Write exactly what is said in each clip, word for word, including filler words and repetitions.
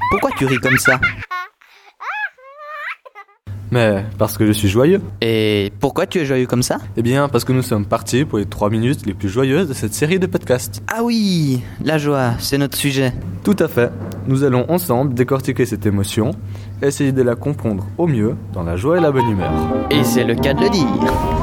pourquoi tu ris comme ça? Mais parce que je suis joyeux. Et pourquoi tu es joyeux comme ça? Eh bien, parce que nous sommes partis pour les trois minutes les plus joyeuses de cette série de podcasts. Ah oui, la joie, c'est notre sujet. Tout à fait. Nous allons ensemble décortiquer cette émotion, essayer de la comprendre au mieux dans la joie et la bonne humeur. Et c'est le cas de le dire.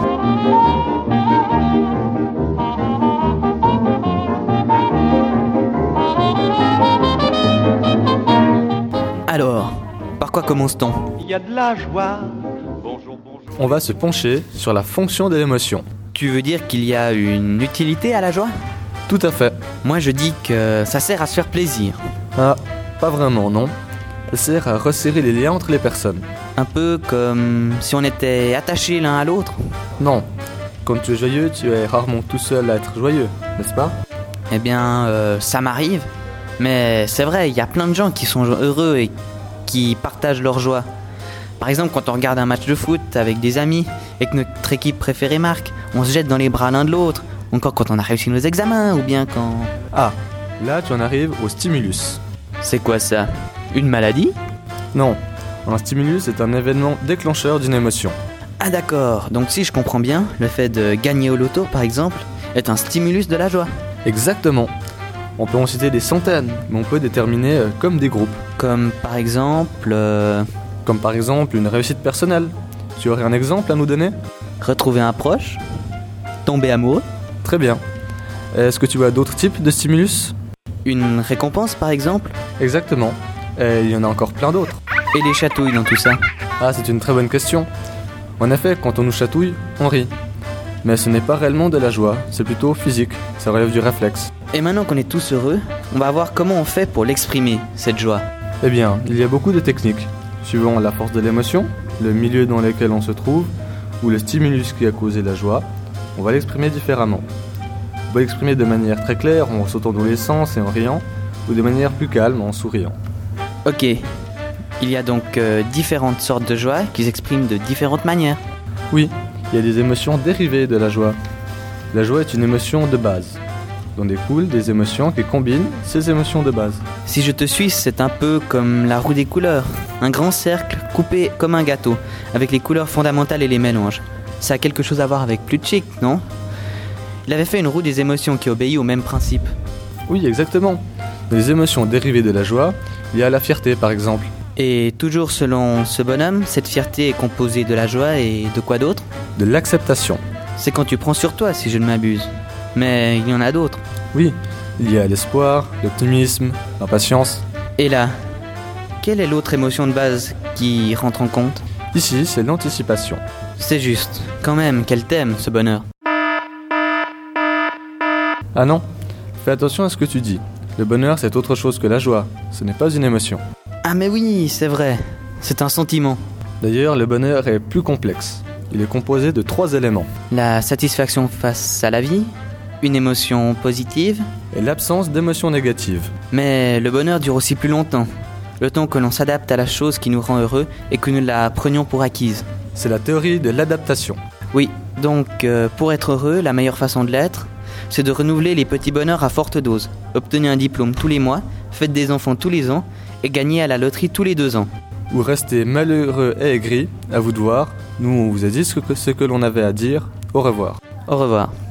Alors, par quoi commence-t-on? Il y a de la joie. Bonjour, bonjour. On va se pencher sur la fonction de l'émotion. Tu veux dire qu'il y a une utilité à la joie? Tout à fait. Moi je dis que ça sert à se faire plaisir. Ah, pas vraiment, non. Ça sert à resserrer les liens entre les personnes. Un peu comme si on était attachés l'un à l'autre. Non. Quand tu es joyeux, tu es rarement tout seul à être joyeux, n'est-ce pas? Eh bien, euh, ça m'arrive. Mais c'est vrai, il y a plein de gens qui sont heureux et qui partagent leur joie. Par exemple, quand on regarde un match de foot avec des amis et que notre équipe préférée marque, on se jette dans les bras l'un de l'autre. Encore quand on a réussi nos examens ou bien quand... Ah, là tu en arrives au stimulus. C'est quoi ça? Une maladie? Non, un stimulus est un événement déclencheur d'une émotion. Ah d'accord, donc si je comprends bien, le fait de gagner au loto par exemple est un stimulus de la joie. Exactement. On peut en citer des centaines, mais on peut déterminer euh, comme des groupes. Comme par exemple... Euh... Comme par exemple une réussite personnelle. Tu aurais un exemple à nous donner? Retrouver un proche? Tomber amoureux? Très bien. Est-ce que tu as d'autres types de stimulus? Une récompense par exemple? Exactement. Et il y en a encore plein d'autres. Et les chatouilles dans tout ça? Ah, c'est une très bonne question. En effet, quand on nous chatouille, on rit. Mais ce n'est pas réellement de la joie, c'est plutôt physique, ça relève du réflexe. Et maintenant qu'on est tous heureux, on va voir comment on fait pour l'exprimer, cette joie. Eh bien, il y a beaucoup de techniques. Suivant la force de l'émotion, le milieu dans lequel on se trouve, ou le stimulus qui a causé la joie, on va l'exprimer différemment. On va l'exprimer de manière très claire en sautant dans les sens et en riant, ou de manière plus calme en souriant. Ok, il y a donc euh, différentes sortes de joie qui s'expriment de différentes manières. Oui, il y a des émotions dérivées de la joie. La joie est une émotion de base, dont découlent des émotions qui combinent ces émotions de base. Si je te suis, c'est un peu comme la roue des couleurs, un grand cercle coupé comme un gâteau, avec les couleurs fondamentales et les mélanges. Ça a quelque chose à voir avec Plutchik, non? Il avait fait une roue des émotions qui obéit au même principe. Oui, exactement. Dans les émotions dérivées de la joie, il y a la fierté par exemple. Et toujours selon ce bonhomme, cette fierté est composée de la joie et de quoi d'autre? De l'acceptation. C'est quand tu prends sur toi, si je ne m'abuse. Mais il y en a d'autres. Oui, il y a l'espoir, l'optimisme, l'impatience. Et là, quelle est l'autre émotion de base qui rentre en compte? Ici, c'est l'anticipation. C'est juste. Quand même, quel thème, ce bonheur. Ah non, fais attention à ce que tu dis. Le bonheur, c'est autre chose que la joie. Ce n'est pas une émotion. Ah mais oui, c'est vrai. C'est un sentiment. D'ailleurs, le bonheur est plus complexe. Il est composé de trois éléments. La satisfaction face à la vie, une émotion positive, et l'absence d'émotions négatives. Mais le bonheur dure aussi plus longtemps. Le temps que l'on s'adapte à la chose qui nous rend heureux et que nous la prenions pour acquise. C'est la théorie de l'adaptation. Oui, donc euh, pour être heureux, la meilleure façon de l'être, c'est de renouveler les petits bonheurs à forte dose. Obtenez un diplôme tous les mois, faites des enfants tous les ans et gagnez à la loterie tous les deux ans. Ou restez malheureux et aigri, à vous de voir. Nous, on vous a dit ce que, ce que l'on avait à dire. Au revoir. Au revoir.